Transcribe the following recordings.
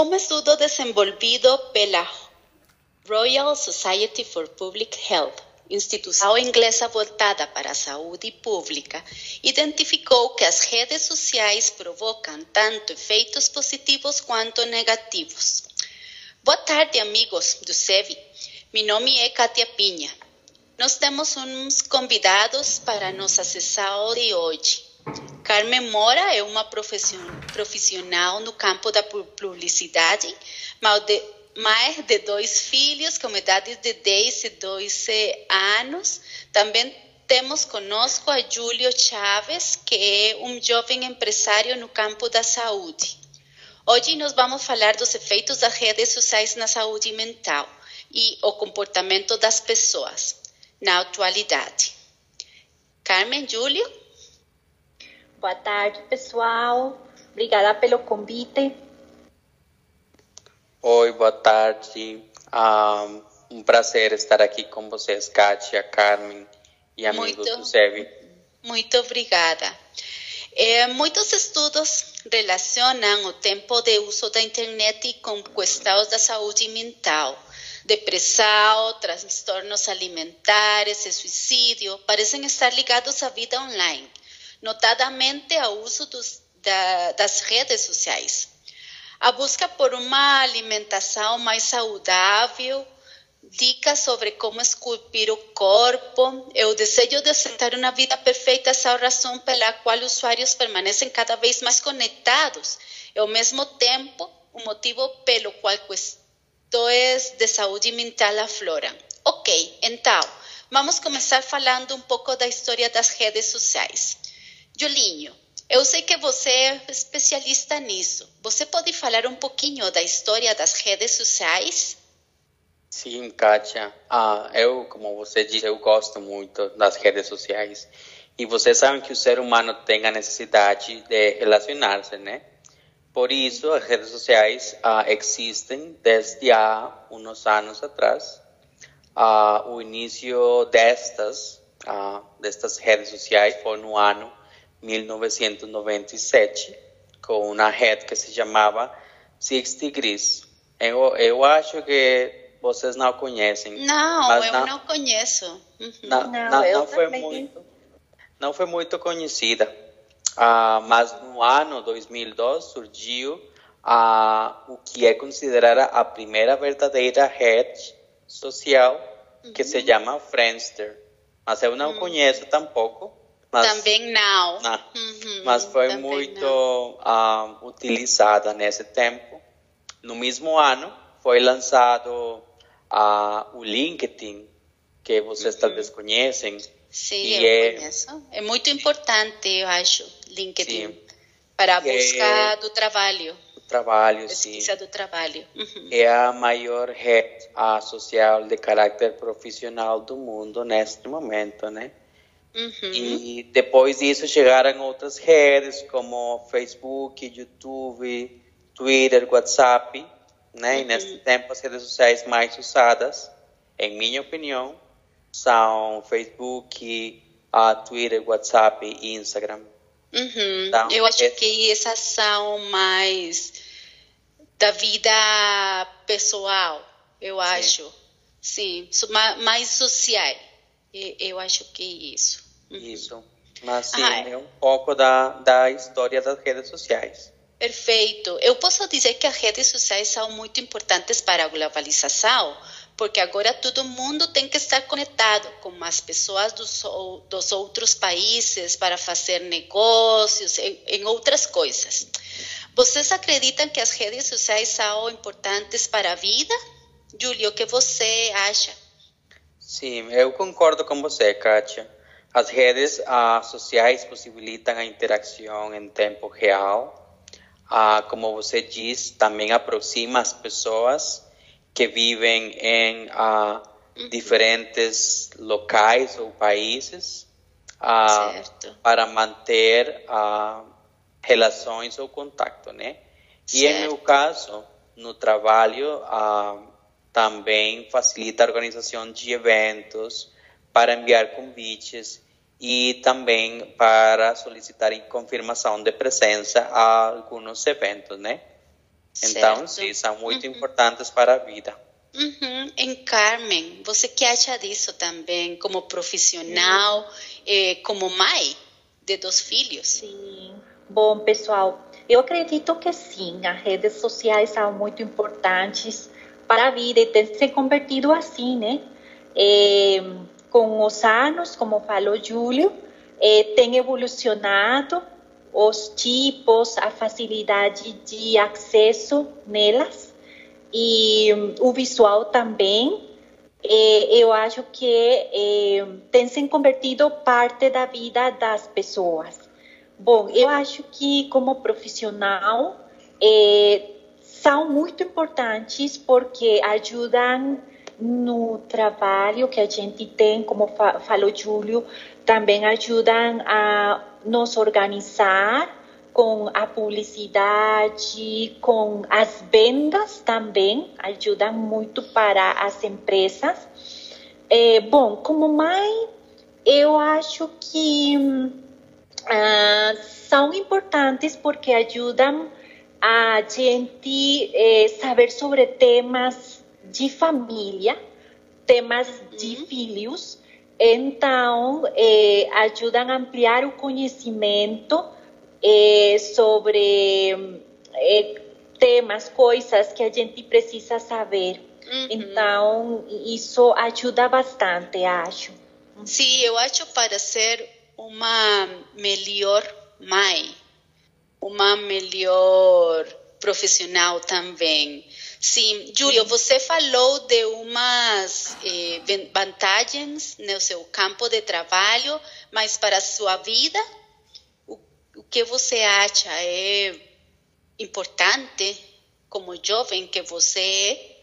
Um estudo desenvolvido pela Royal Society for Public Health, instituição inglesa voltada para a saúde pública, identificou que as redes sociais provocam tanto efeitos positivos quanto negativos. Boa tarde, amigos do SEVI. Meu nome é Kátia Pinha. Nós temos uns convidados para nossa sessão de hoje. Carmen Mora é uma profissional no campo da publicidade, mãe de 2 filhos com idades de 10 e 12 anos. Também temos conosco a Júlio Chaves, que é um jovem empresário no campo da saúde. Hoje nós vamos falar dos efeitos das redes sociais na saúde mental e o comportamento das pessoas na atualidade. Carmen, Júlio? Boa tarde, pessoal. Obrigada pelo convite. Oi, boa tarde. Um prazer estar aqui com vocês, Kátia, Carmen e amigos do SEVI. Muito obrigada. Muitos estudos relacionam o tempo de uso da internet com questões da saúde mental. Depressão, transtornos alimentares e suicídio parecem estar ligados à vida online, notadamente ao uso das redes sociais. A busca por uma alimentação mais saudável, dicas sobre como esculpir o corpo e o desejo de ostentar uma vida perfeita são a razão pela qual usuários permanecem cada vez mais conectados e, ao mesmo tempo, o motivo pelo qual questões de saúde mental afloram. Ok, então, vamos começar falando um pouco da história das redes sociais. Julinho, eu sei que você é especialista nisso. Você pode falar um pouquinho da história das redes sociais? Sim, Kátia. Como você disse, eu gosto muito das redes sociais. E vocês sabem que o ser humano tem a necessidade de relacionar-se, né? Por isso, as redes sociais existem desde há uns anos atrás. O início destas redes sociais foi no ano 1997, com uma rede que se chamava 60 Degrees. Eu acho que vocês não conhecem. Não, eu não conheço. Uhum. Não foi muito conhecida. Mas no ano 2002 surgiu o que é considerada a primeira verdadeira rede social, que se chama Friendster. Mas eu não conheço tampouco. Também não. Mas foi muito utilizada nesse tempo. No mesmo ano foi lançado o LinkedIn, que vocês talvez conhecem. Sim, eu conheço. É muito importante, eu acho, LinkedIn, sim, para a busca do trabalho. Pesquisa do trabalho. Uhum. É a maior rede social de caráter profissional do mundo neste momento, né? Uhum. E depois disso chegaram outras redes como Facebook, YouTube, Twitter, WhatsApp, né? E neste tempo as redes sociais mais usadas, em minha opinião, são Facebook, Twitter, WhatsApp e Instagram. Uhum. Então, eu acho que essas são mais da vida pessoal, eu acho. Sim, mais social. Eu acho que é isso. Uhum. Isso. Mas sim, é um pouco da história das redes sociais. Perfeito. Eu posso dizer que as redes sociais são muito importantes para a globalização, porque agora todo mundo tem que estar conectado com as pessoas dos outros países para fazer negócios, em outras coisas. Vocês acreditam que as redes sociais são importantes para a vida? Júlio, o que você acha? Sim, eu concordo com você, Kátia. As redes sociais possibilitam a interação em tempo real. Como você diz, também aproxima as pessoas que vivem em diferentes locais ou países para manter relações ou contato, né? E em meu caso, no trabalho, também facilita a organização de eventos, para enviar convites e também para solicitar confirmação de presença a alguns eventos, né? Então, sim, são muito importantes para a vida. Em Carmen, você que acha disso também, como profissional, como mãe de 2 filhos? Sim. Bom, pessoal, eu acredito que sim, as redes sociais são muito importantes para a vida e tem se convertido assim, né? Com os anos, como falou Júlio, tem evolucionado os tipos, a facilidade de acesso nelas e o visual também. Eu acho que tem se convertido parte da vida das pessoas. Bom, eu acho que como profissional são muito importantes porque ajudam no trabalho que a gente tem, como falou Júlio, também ajudam a nos organizar com a publicidade, com as vendas também, ajudam muito para as empresas. Bom, como mãe, eu acho que são importantes porque ajudam a gente saber sobre temas de família, temas de filhos. Então, ajudam a ampliar o conhecimento sobre temas, coisas que a gente precisa saber. Então, isso ajuda bastante, acho. Sim, eu acho para ser uma melhor mãe, uma melhor profissional também. Sim, Júlio, você falou de umas vantagens no seu campo de trabalho, mas para a sua vida, o que você acha é importante como jovem que você é?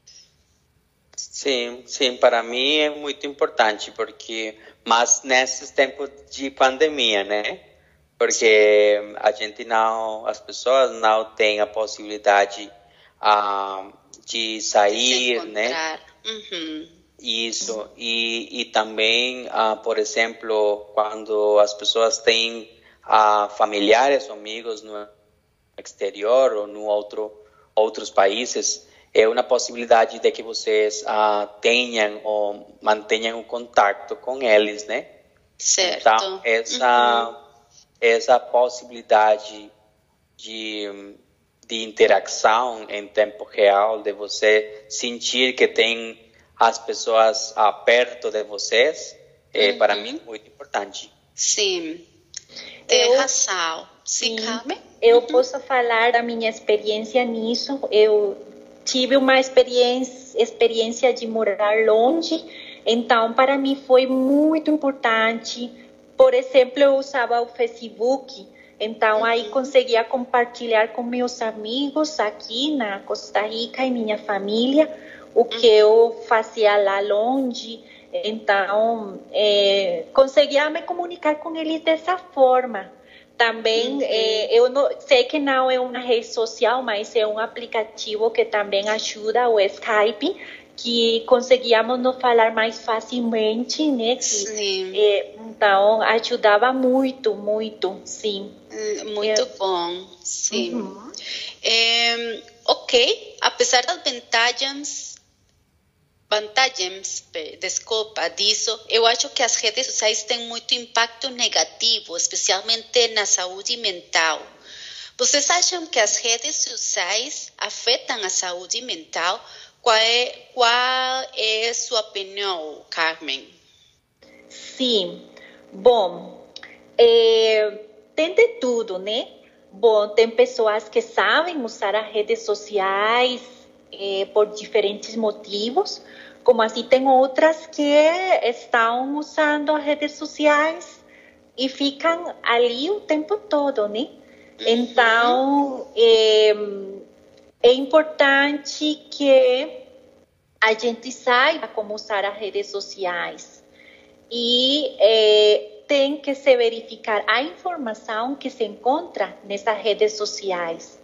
Sim, para mim é muito importante, porque, mas nesses tempos de pandemia, né? Porque as pessoas não têm a possibilidade de sair, de né? Isso, e também, por exemplo, quando as pessoas têm familiares ou amigos no exterior ou no outros países, é uma possibilidade de que vocês tenham ou mantenham o contato com eles, né? Certo. Então, essa possibilidade de interação em tempo real, de você sentir que tem as pessoas perto de vocês, para mim é muito importante. Sim, tem razão. Sim, Carmen? Eu posso falar da minha experiência nisso. Eu tive uma experiência de morar longe, então para mim foi muito importante. Por exemplo, eu usava o Facebook, então aí conseguia compartilhar com meus amigos aqui na Costa Rica e minha família o que eu fazia lá longe. Então, conseguia me comunicar com eles dessa forma. Também, eu não, sei que não é uma rede social, mas é um aplicativo que também ajuda, o Skype, que conseguíamos nos falar mais facilmente, né? Sim. Então, ajudava muito, sim. Muito bom, sim. Ok, apesar das desculpa, disso, eu acho que as redes sociais têm muito impacto negativo, especialmente na saúde mental. Vocês acham que as redes sociais afetam a saúde mental? Qual é a sua opinião, Carmen? Sim, bom, tem de tudo, né? Bom, tem pessoas que sabem usar as redes sociais por diferentes motivos, como assim tem outras que estão usando as redes sociais e ficam ali o tempo todo, né? Então, é importante que a gente saiba como usar as redes sociais e tem que se verificar a informação que se encontra nessas redes sociais.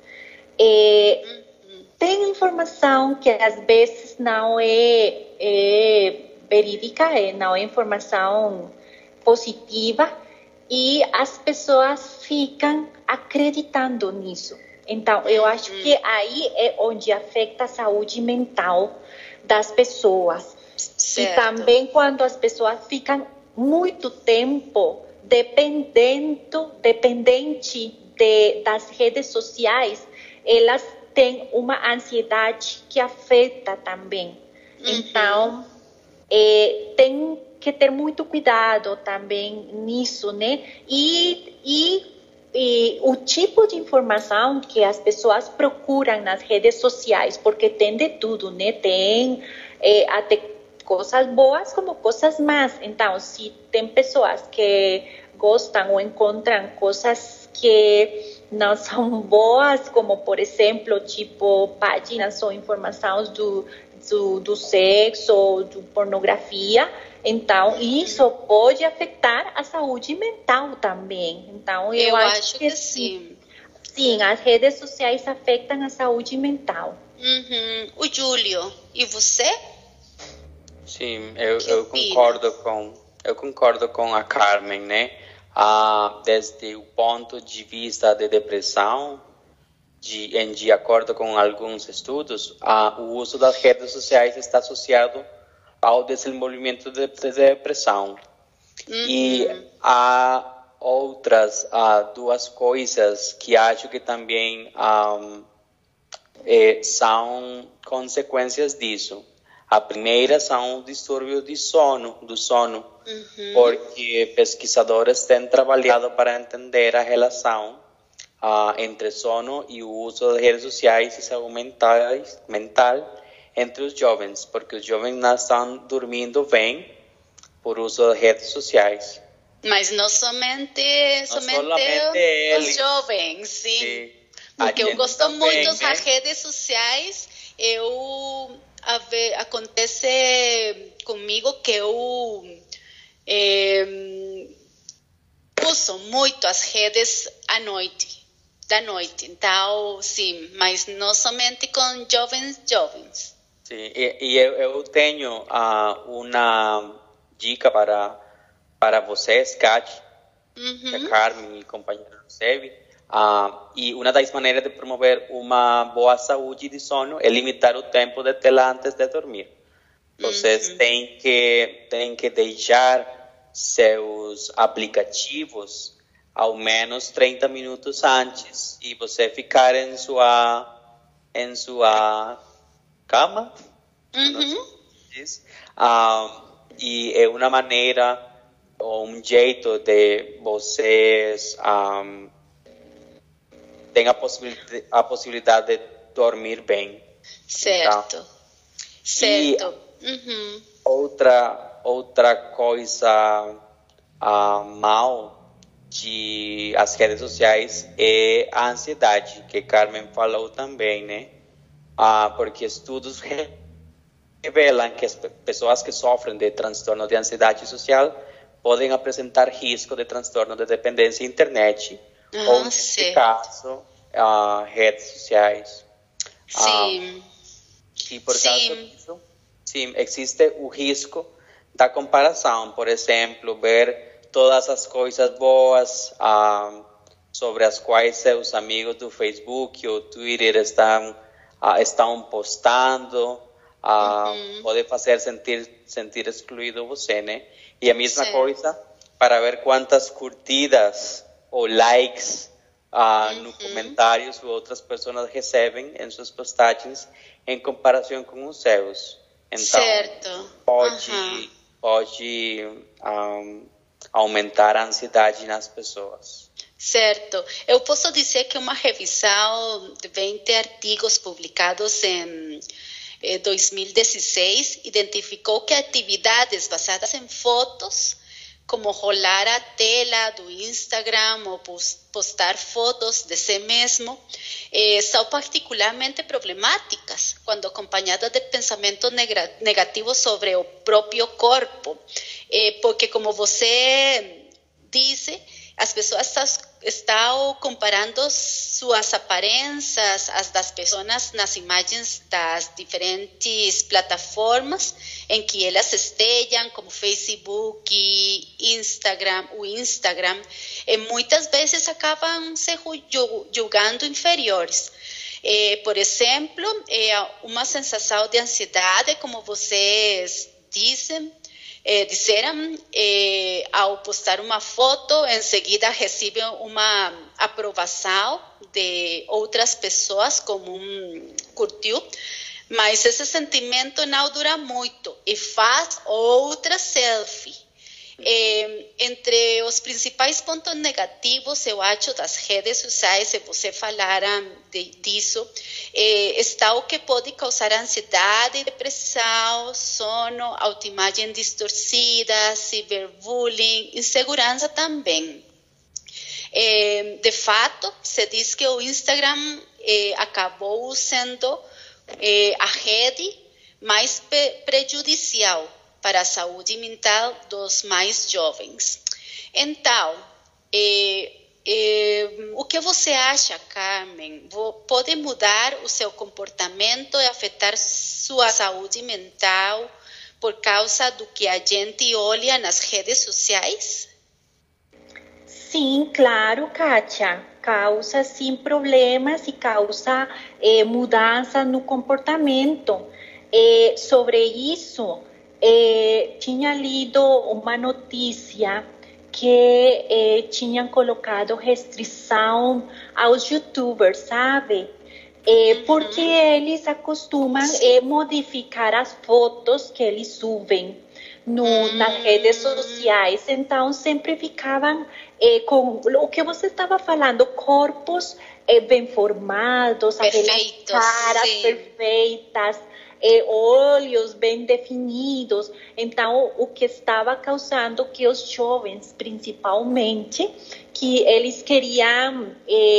Tem informação que às vezes não é verídica, não é informação positiva e as pessoas ficam acreditando nisso. Então, eu acho que aí é onde afeta a saúde mental das pessoas. Certo. E também quando as pessoas ficam muito tempo dependente das redes sociais, elas têm uma ansiedade que afeta também. Então, tem que ter muito cuidado também nisso, né? E o tipo de informação que as pessoas procuram nas redes sociais, porque tem de tudo, né? Tem até coisas boas como coisas más. Então, se tem pessoas que gostam ou encontram coisas que não são boas, como, por exemplo, tipo páginas ou informações do sexo ou de pornografia, então isso pode afetar a saúde mental também. Então, eu acho que sim. Sim, as redes sociais afetam a saúde mental. O Júlio, e você? Sim, eu concordo com a Carmen, né? Desde o ponto de vista de depressão, de acordo com alguns estudos, o uso das redes sociais está associado ao desenvolvimento de depressão. E há outras duas coisas que acho que também são consequências disso. A primeira são o distúrbio do sono, porque pesquisadores têm trabalhado para entender a relação entre sono e o uso das redes sociais e saúde mental entre os jovens, porque os jovens não estão dormindo bem por uso das redes sociais. Mas não somente os jovens, sim. Porque eu gosto muito das redes sociais. Acontece comigo que eu uso muito as redes da noite. Então, sim, mas não somente com jovens. Sim, e eu tenho uma dica para vocês, Kat, Carmen e companheira Sevi. E uma das maneiras de promover uma boa saúde de sono é limitar o tempo de tela antes de dormir. Vocês têm que deixar seus aplicativos ao menos 30 minutos antes e você ficar em sua cama. E é uma maneira ou um jeito de vocês tem a possibilidade de dormir bem. Certo. Então, certo. Outra coisa mal de as redes sociais é a ansiedade, que Carmen falou também, né? Porque estudos revelam que as pessoas que sofrem de transtorno de ansiedade social podem apresentar risco de transtorno de dependência à internet, ou, nesse caso, redes sociais. Sim. E por causa disso, sim, existe o risco da comparação. Por exemplo, ver todas as coisas boas sobre as quais seus amigos do Facebook ou Twitter estão postando, pode fazer sentir excluído você, né? E a mesma coisa para ver quantas curtidas ou likes no comentários outras pessoas recebem em suas postagens em comparação com os seus. Então, pode aumentar a ansiedade nas pessoas. Certo. Eu posso dizer que uma revisão de 20 artigos publicados em 2016 identificou que atividades basadas em fotos, como rolar a tela do Instagram ou postar fotos de si mesmo, são particularmente problemáticas quando acompanhadas de pensamentos negativos sobre o próprio corpo, porque, como você disse, as pessoas estão estão comparando suas aparências às das pessoas nas imagens das diferentes plataformas em que elas estejam, como Facebook, Instagram, e muitas vezes acabam se julgando inferiores. Por exemplo, uma sensação de ansiedade, como vocês disseram, ao postar uma foto, em seguida recebem uma aprovação de outras pessoas, como curtiu, mas esse sentimento não dura muito e faz outra selfie. Entre os principais pontos negativos, eu acho, das redes sociais, se você falara disso, está o que pode causar ansiedade, depressão, sono, autoimagem distorcida, ciberbullying, insegurança também. De fato, se diz que o Instagram acabou sendo a rede mais prejudicial para a saúde mental dos mais jovens. Então, o que você acha, Carmen? Pode mudar o seu comportamento e afetar sua saúde mental por causa do que a gente olha nas redes sociais? Sim, claro, Kátia. Causa, sim, problemas e causa mudança no comportamento. Sobre isso, tinha lido uma notícia que tinham colocado restrição aos youtubers, sabe? Porque eles acostumam modificar as fotos que eles subem nas redes sociais. Então, sempre ficavam com o que você estava falando, corpos bem formados, aquelas caras perfeitas, olhos bem definidos. Então, o que estava causando que os jovens, principalmente, que eles queriam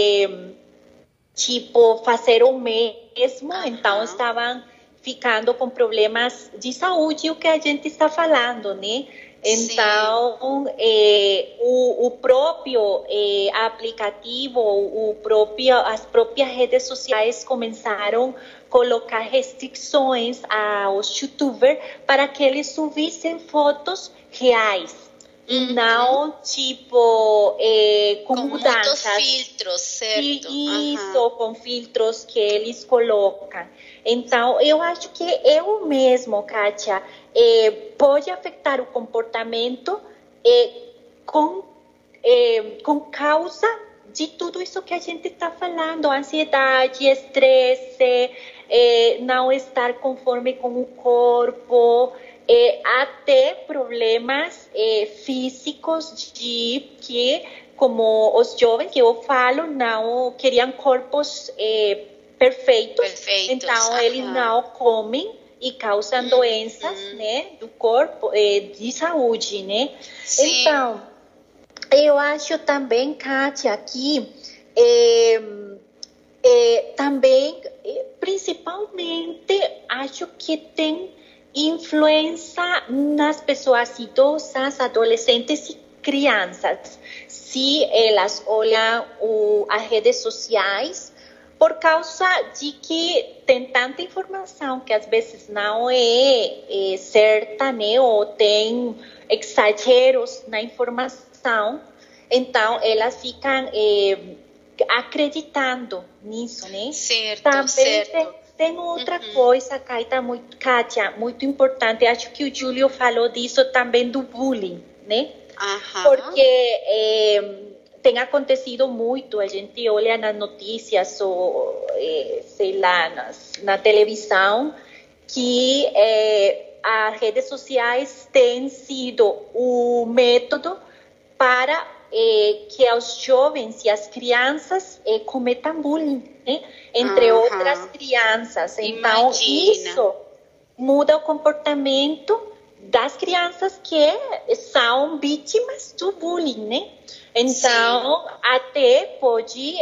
fazer o mesmo, então estavam ficando com problemas de saúde, o que a gente está falando, né? Então, o próprio aplicativo, as próprias redes sociais começaram a colocar restrições aos youtubers para que eles subissem fotos reais. E não, com mudanças. Muitos filtros, certo? Isso, com filtros que eles colocam. Então, eu acho que eu mesmo, Kátia, pode afetar o comportamento com causa de tudo isso que a gente está falando, ansiedade, estresse, não estar conforme com o corpo, até problemas físicos que, como os jovens que eu falo, não queriam corpos perfeitos. Então eles não comem e causam doenças, né, do corpo, de saúde, né? Sim. Então, eu acho também, Kátia, que também, principalmente, acho que tem influência nas pessoas idosas, adolescentes e crianças, se elas olham as redes sociais, por causa de que tem tanta informação que às vezes não é certa, né? Ou tem exageros na informação, então elas ficam acreditando nisso, né? Certo, também certo. Tem outra coisa, Kátia, muito importante, acho que o Júlio falou disso também, do bullying, né? Porque tem acontecido muito, a gente olha nas notícias ou, sei lá, na televisão, que as redes sociais têm sido o método para que os jovens e as crianças cometam bullying, né? Entre outras crianças. Então, isso muda o comportamento das crianças que são vítimas do bullying, né? Então, até pode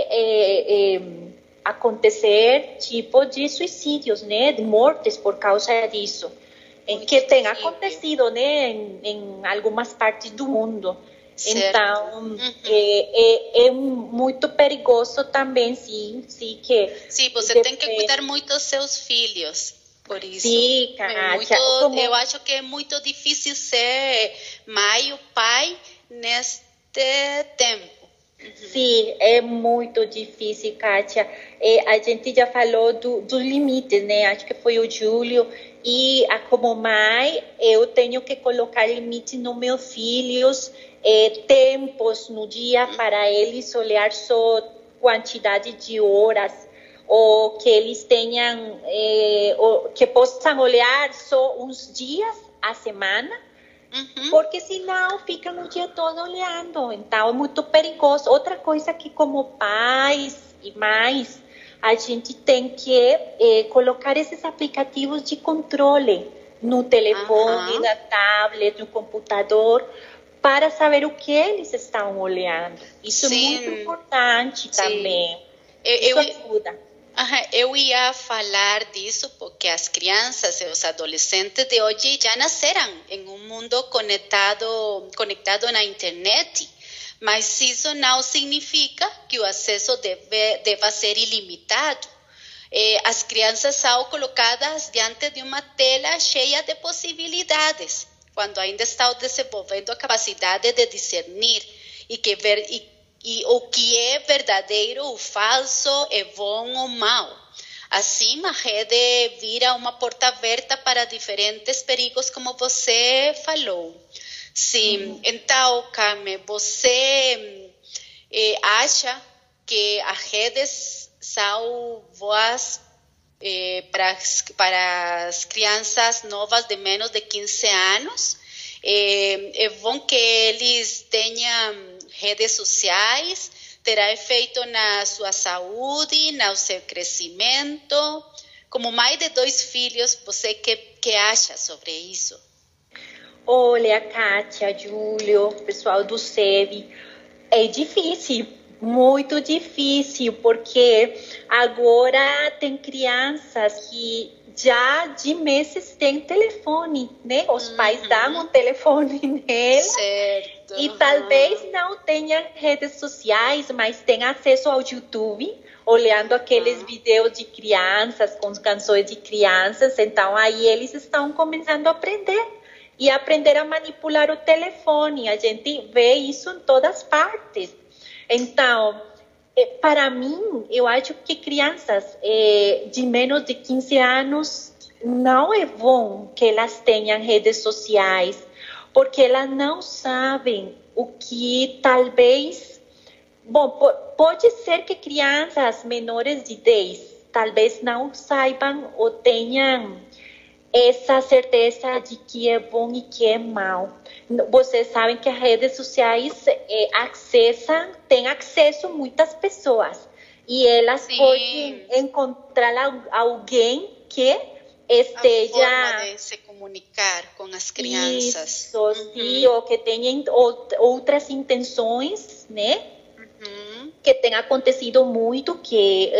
acontecer tipo de suicídios, né? De mortes por causa disso. Que tem acontecido, né? Em algumas partes do mundo. Então, é muito perigoso também, sim, que... Sim, você tem que cuidar muito dos seus filhos, por isso. Sim, Kátia. Eu acho que é muito difícil ser mãe ou pai neste tempo. Sim, é muito difícil, Kátia. A gente já falou dos limites, né? Acho que foi o Júlio. E como mãe, eu tenho que colocar limites nos meus filhos, tempos no dia para eles olhar só quantidade de horas, ou que eles tenham, ou que possam olhar só uns dias a semana, porque senão ficam o dia todo olhando. Então é muito perigoso. Outra coisa que como pais e mães, a gente tem que colocar esses aplicativos de controle no telefone, na tablet, no computador, para saber o que eles estão olhando. Isso é muito importante também. Isso ajuda. Eu ia falar disso porque as crianças e os adolescentes de hoje já nasceram em um mundo conectado na internet. Mas isso não significa que o acesso deva ser ilimitado. As crianças são colocadas diante de uma tela cheia de possibilidades, quando ainda estão desenvolvendo a capacidade de discernir o que é verdadeiro ou falso, é bom ou mau. Assim, a rede vira uma porta aberta para diferentes perigos, como você falou. Sim, então, Carmen, você acha que as redes são boas para as crianças novas de menos de 15 anos? É bom que eles tenham redes sociais? Terá efeito na sua saúde, no seu crescimento? Como mãe de 2 filhos, você que acha sobre isso? Olha, Kátia, Júlio, pessoal do SEB, é difícil, muito difícil, porque agora tem crianças que já de meses têm telefone, né? Os pais dão um telefone nela. Certo. E talvez não tenham redes sociais, mas tem acesso ao YouTube, olhando aqueles vídeos de crianças, com canções de crianças. Então, aí eles estão começando a aprender. E aprender a manipular o telefone. A gente vê isso em todas partes. Então, para mim, eu acho que crianças de menos de 15 anos não é bom que elas tenham redes sociais, porque elas não sabem o que talvez... Bom, pode ser que crianças menores de 10 talvez não saibam ou tenham essa certeza de que é bom e que é mal. Vocês sabem que as redes sociais têm acesso a muitas pessoas e elas podem encontrar alguém que esteja... A forma de se comunicar com as crianças. Isso, sim, ou que tenham outras intenções, né? Que tem acontecido muito, que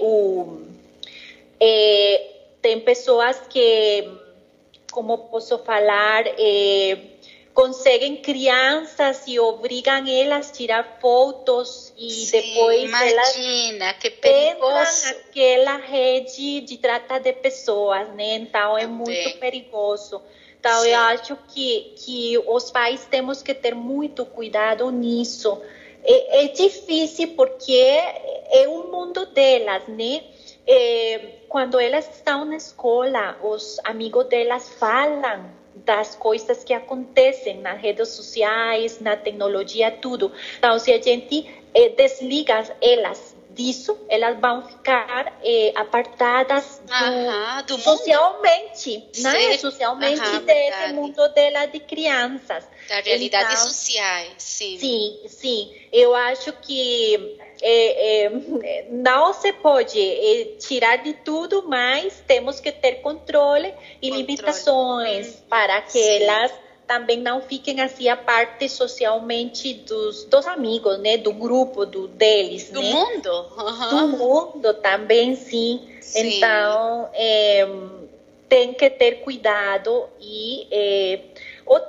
tem pessoas que, como posso falar, conseguem crianças e obrigam elas a tirar fotos e depois elas entram naquela rede de trata de pessoas, né? Então é muito perigoso. Então eu acho que os pais temos que ter muito cuidado nisso. É difícil porque é o mundo delas, né? Quando elas estão na escola, os amigos delas falam das coisas que acontecem nas redes sociais, na tecnologia, tudo. Então, se a gente desliga elas disso, elas vão ficar apartadas do socialmente, né? Socialmente desse mundo dela de crianças. Da realidade social, sim. Sim. Eu acho que não se pode tirar de tudo, mas temos que ter controle e limitações para que elas também não fiquem assim a parte socialmente dos amigos, né? Do grupo deles, do né? mundo. Do mundo também, sim. Então, tem que ter cuidado e... outra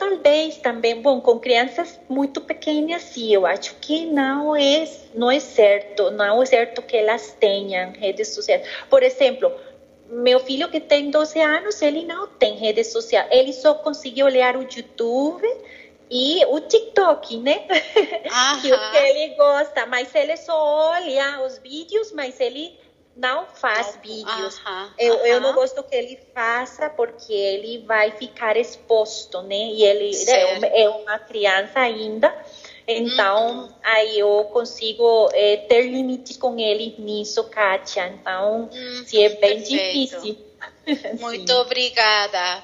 talvez também, bom, com crianças muito pequenas, sim, eu acho que não é certo que elas tenham redes sociais. Por exemplo, meu filho que tem 12 anos, ele não tem rede social, ele só consegue olhar o YouTube e o TikTok, né? Que é o que ele gosta, mas ele só olha os vídeos, mas ele não faz vídeos. Eu não gosto que ele faça porque ele vai ficar exposto, né? E ele é uma criança ainda. Então, aí eu consigo ter limites com ele nisso, Kátia. Então, sim, é bem difícil. Muito obrigada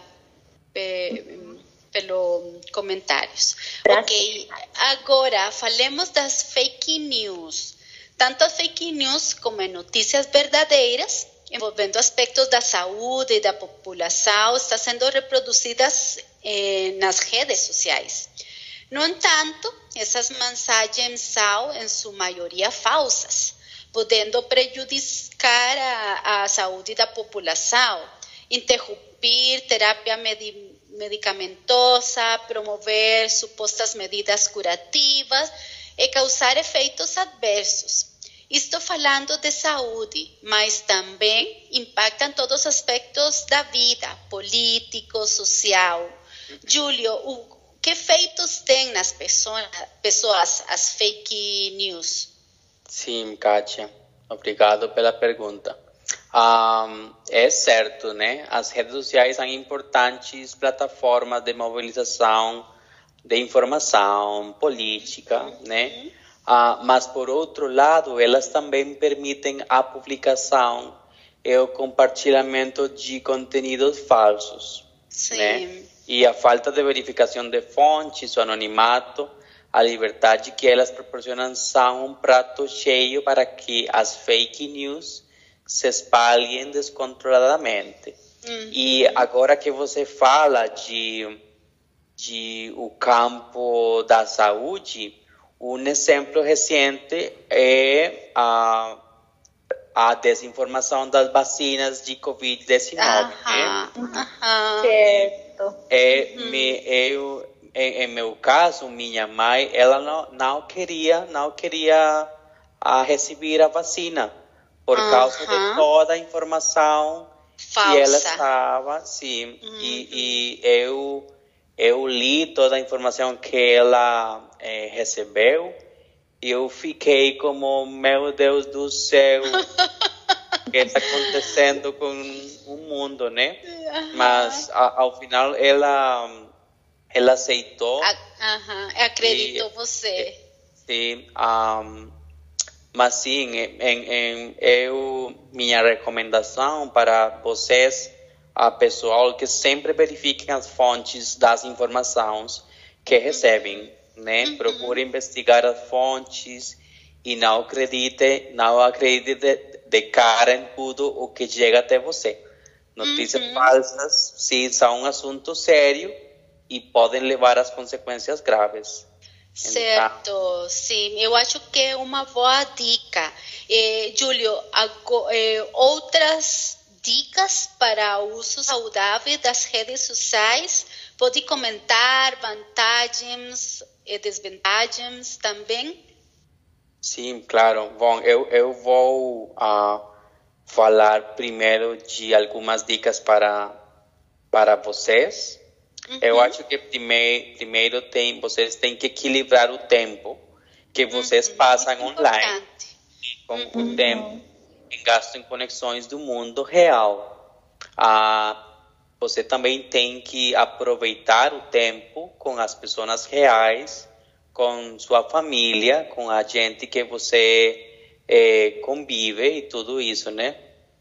pelos comentários. Ok, agora falemos das fake news. Tanto as fake news como notícias verdadeiras envolvendo aspectos da saúde e da população estão sendo reproduzidas nas redes sociais. No entanto, essas mensagens são, em sua maioria, falsas, podendo prejudicar a saúde da população, interromper terapia medicamentosa, promover supostas medidas curativas e causar efeitos adversos. Estou falando de saúde, mas também impactam todos os aspectos da vida, político, social. Júlio, que efeitos tem nas pessoas as fake news? Sim, Kátia, obrigado pela pergunta. É certo, né? As redes sociais são importantes plataformas de mobilização de informação política, né? Mas, por outro lado, elas também permitem a publicação e o compartilhamento de conteúdos falsos, né? E a falta de verificação de fontes, o anonimato, a liberdade que elas proporcionam são um prato cheio para que as fake news se espalhem descontroladamente. E agora que você fala de o campo da saúde, um exemplo recente é a desinformação das vacinas de Covid-19. Certo. Em meu caso, minha mãe, ela não queria receber a vacina por causa de toda a informação falsa que ela estava, sim. E eu li toda a informação que ela recebeu e eu fiquei como, meu Deus do céu, o que está acontecendo com o mundo, né? Mas ao final ela aceitou. Acreditou você. Sim, mas sim, minha recomendação para vocês, a pessoal, que sempre verifiquem as fontes das informações que recebem, né? Procure investigar as fontes e não acredite de cara em tudo o que chega até você. Notícias falsas, sim, são um assunto sério e podem levar às consequências graves. Certo, sim, eu acho que é uma boa dica. Júlio, outras dicas para o uso saudável das redes sociais? Pode comentar vantagens e desvantagens também? Sim, claro. Bom, eu vou falar primeiro de algumas dicas para vocês. Eu acho que primeiro vocês têm que equilibrar o tempo que vocês passam online com o tempo em gasto em conexões do mundo real. Você também tem que aproveitar o tempo com as pessoas reais, com sua família, com a gente que você convive e tudo isso, né?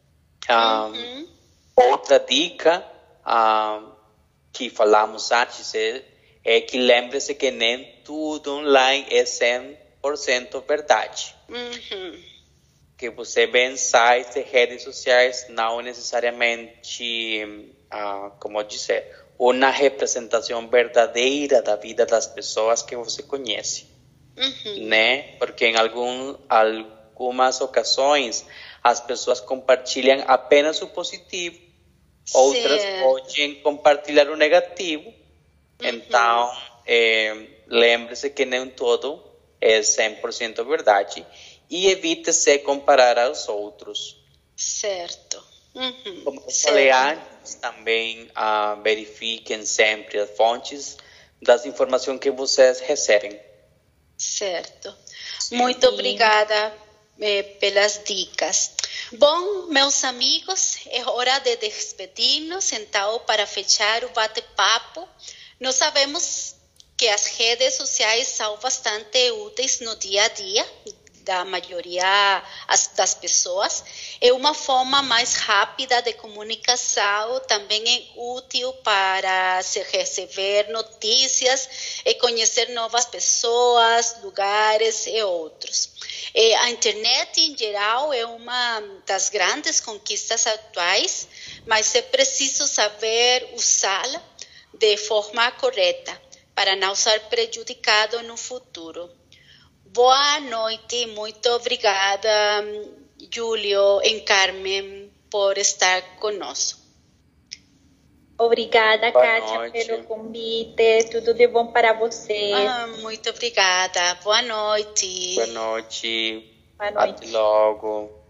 Outra dica que falamos antes é que lembre-se que nem tudo online é 100% verdade. Que você vê em sites e redes sociais não necessariamente, como dizer, uma representação verdadeira da vida das pessoas que você conhece, né? Porque em algumas ocasiões as pessoas compartilham apenas o positivo, outras podem compartilhar o negativo, Então, lembre-se que nem todo é 100% verdade e evite se comparar aos outros. Certo. Como eu falei antes, também verifiquem sempre as fontes das informações que vocês recebem. Certo. Muito obrigada pelas dicas. Bom, meus amigos, é hora de despedir-nos. Então, para fechar o bate-papo, nós sabemos que as redes sociais são bastante úteis no dia a dia da maioria das pessoas. É uma forma mais rápida de comunicação, também é útil para se receber notícias e conhecer novas pessoas, lugares e outros. A internet, em geral, é uma das grandes conquistas atuais, mas é preciso saber usá-la de forma correta, para não ser prejudicado no futuro. Boa noite, muito obrigada, Júlio e Carmen, por estar conosco. Obrigada, Kátia, pelo convite. Tudo de bom para você. Muito obrigada. Boa noite. Boa noite. Boa noite. Até logo.